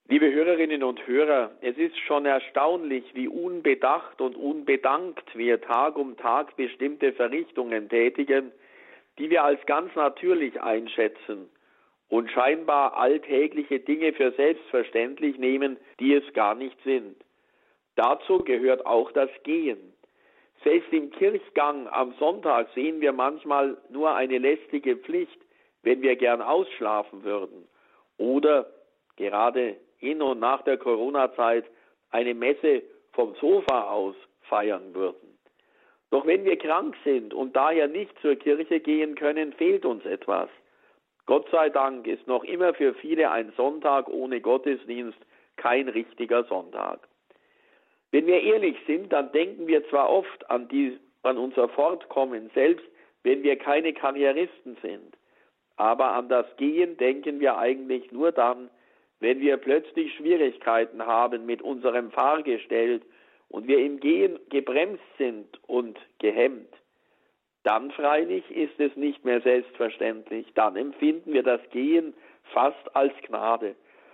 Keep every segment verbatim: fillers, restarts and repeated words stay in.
Liebe Hörerinnen und Hörer, es ist schon erstaunlich, wie unbedacht und unbedankt wir Tag um Tag bestimmte Verrichtungen tätigen, die wir als ganz natürlich einschätzen und scheinbar alltägliche Dinge für selbstverständlich nehmen, die es gar nicht sind. Dazu gehört auch das Gehen. Selbst im Kirchgang am Sonntag sehen wir manchmal nur eine lästige Pflicht, wenn wir gern ausschlafen würden oder gerade in und nach der Corona-Zeit eine Messe vom Sofa aus feiern würden. Doch wenn wir krank sind und daher nicht zur Kirche gehen können, fehlt uns etwas. Gott sei Dank ist noch immer für viele ein Sonntag ohne Gottesdienst kein richtiger Sonntag. Wenn wir ehrlich sind, dann denken wir zwar oft an, die, an unser Fortkommen, selbst wenn wir keine Karrieristen sind, aber an das Gehen denken wir eigentlich nur dann, wenn wir plötzlich Schwierigkeiten haben mit unserem Fahrgestell und wir im Gehen gebremst sind und gehemmt. Dann freilich ist es nicht mehr selbstverständlich. Dann empfinden wir das Gehen fast als Gnade.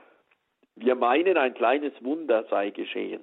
Wir meinen, ein kleines Wunder sei geschehen.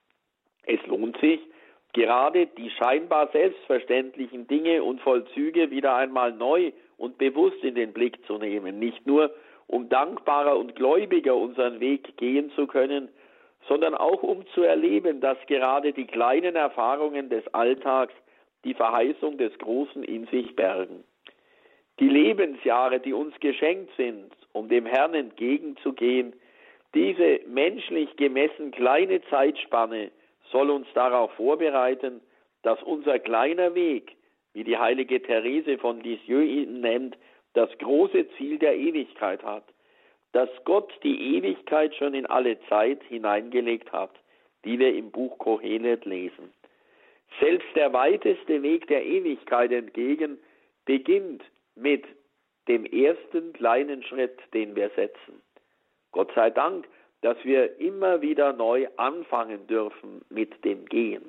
Es lohnt sich, gerade die scheinbar selbstverständlichen Dinge und Vollzüge wieder einmal neu und bewusst in den Blick zu nehmen. Nicht nur, um dankbarer und gläubiger unseren Weg gehen zu können, sondern auch um zu erleben, dass gerade die kleinen Erfahrungen des Alltags die Verheißung des Großen in sich bergen. Die Lebensjahre, die uns geschenkt sind, um dem Herrn entgegenzugehen, diese menschlich gemessen kleine Zeitspanne soll uns darauf vorbereiten, dass unser kleiner Weg, wie die heilige Therese von Lisieux ihn nennt, das große Ziel der Ewigkeit hat, dass Gott die Ewigkeit schon in alle Zeit hineingelegt hat, die wir im Buch Kohelet lesen. Selbst der weiteste Weg der Ewigkeit entgegen beginnt mit dem ersten kleinen Schritt, den wir setzen. Gott sei Dank, dass wir immer wieder neu anfangen dürfen mit dem Gehen.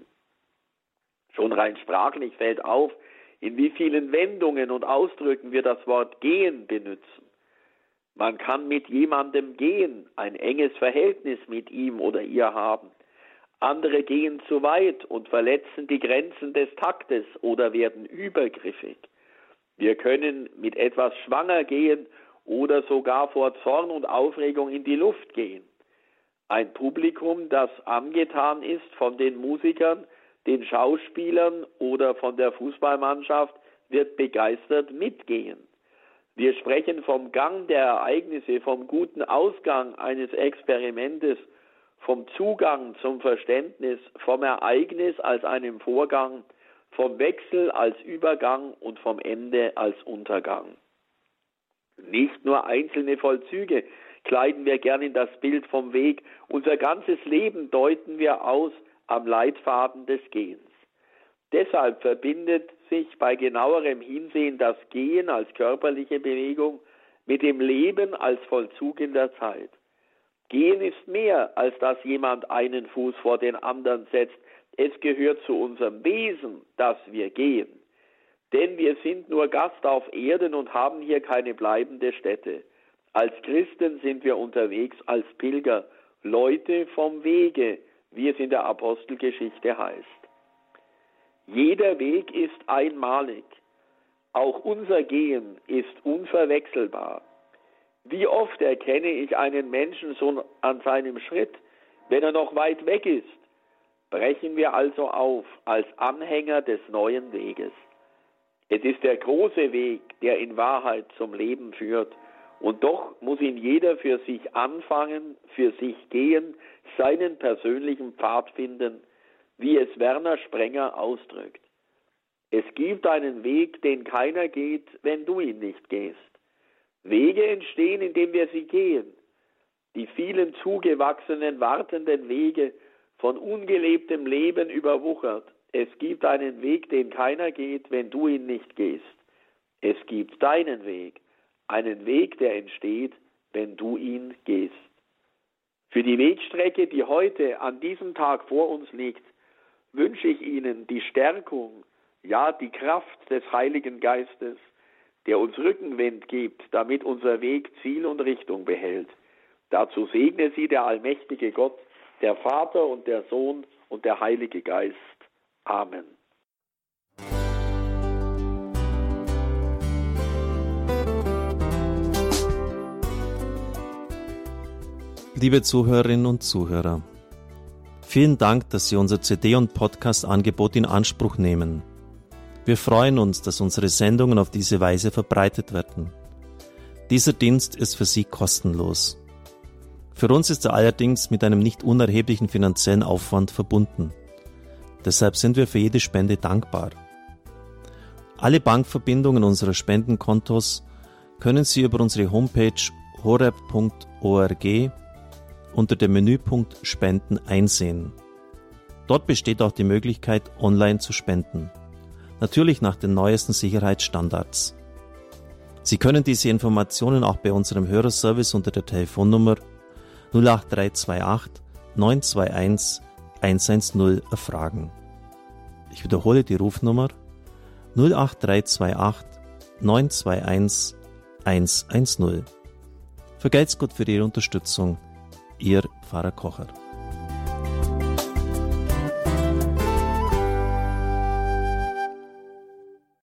Schon rein sprachlich fällt auf, in wie vielen Wendungen und Ausdrücken wir das Wort gehen benutzen. Man kann mit jemandem gehen, ein enges Verhältnis mit ihm oder ihr haben. Andere gehen zu weit und verletzen die Grenzen des Taktes oder werden übergriffig. Wir können mit etwas schwanger gehen oder sogar vor Zorn und Aufregung in die Luft gehen. Ein Publikum, das angetan ist von den Musikern, den Schauspielern oder von der Fußballmannschaft, wird begeistert mitgehen. Wir sprechen vom Gang der Ereignisse, vom guten Ausgang eines Experimentes, vom Zugang zum Verständnis, vom Ereignis als einem Vorgang, vom Wechsel als Übergang und vom Ende als Untergang. Nicht nur einzelne Vollzüge kleiden wir gern in das Bild vom Weg, unser ganzes Leben deuten wir aus am Leitfaden des Gehens. Deshalb verbindet sich bei genauerem Hinsehen das Gehen als körperliche Bewegung mit dem Leben als Vollzug in der Zeit. Gehen ist mehr, als dass jemand einen Fuß vor den anderen setzt. Es gehört zu unserem Wesen, dass wir gehen. Denn wir sind nur Gast auf Erden und haben hier keine bleibende Stätte. Als Christen sind wir unterwegs als Pilger, Leute vom Wege, wie es in der Apostelgeschichte heißt. Jeder Weg ist einmalig. Auch unser Gehen ist unverwechselbar. Wie oft erkenne ich einen Menschen so an seinem Schritt, wenn er noch weit weg ist? Brechen wir also auf als Anhänger des neuen Weges. Es ist der große Weg, der in Wahrheit zum Leben führt. Und doch muss ihn jeder für sich anfangen, für sich gehen, seinen persönlichen Pfad finden, wie es Werner Sprenger ausdrückt. Es gibt einen Weg, den keiner geht, wenn du ihn nicht gehst. Wege entstehen, indem wir sie gehen. Die vielen zugewachsenen, wartenden Wege, von ungelebtem Leben überwuchert. Es gibt einen Weg, den keiner geht, wenn du ihn nicht gehst. Es gibt deinen Weg, einen Weg, der entsteht, wenn du ihn gehst. Für die Wegstrecke, die heute an diesem Tag vor uns liegt, wünsche ich Ihnen die Stärkung, ja die Kraft des Heiligen Geistes, der uns Rückenwind gibt, damit unser Weg Ziel und Richtung behält. Dazu segne sie der allmächtige Gott, der Vater und der Sohn und der Heilige Geist. Amen. Liebe Zuhörerinnen und Zuhörer, vielen Dank, dass Sie unser C D- und Podcast-Angebot in Anspruch nehmen. Wir freuen uns, dass unsere Sendungen auf diese Weise verbreitet werden. Dieser Dienst ist für Sie kostenlos. Für uns ist er allerdings mit einem nicht unerheblichen finanziellen Aufwand verbunden. Deshalb sind wir für jede Spende dankbar. Alle Bankverbindungen unserer Spendenkontos können Sie über unsere Homepage horeb punkt org unter dem Menüpunkt Spenden einsehen. Dort besteht auch die Möglichkeit, online zu spenden. Natürlich nach den neuesten Sicherheitsstandards. Sie können diese Informationen auch bei unserem Hörerservice unter der Telefonnummer null acht drei zwei acht neun zwei eins eins eins null erfragen. Ich wiederhole die Rufnummer null acht drei zwei acht neun zwei eins eins eins null. Vergelt's Gott für Ihre Unterstützung. Ihr Pfarrer Kocher.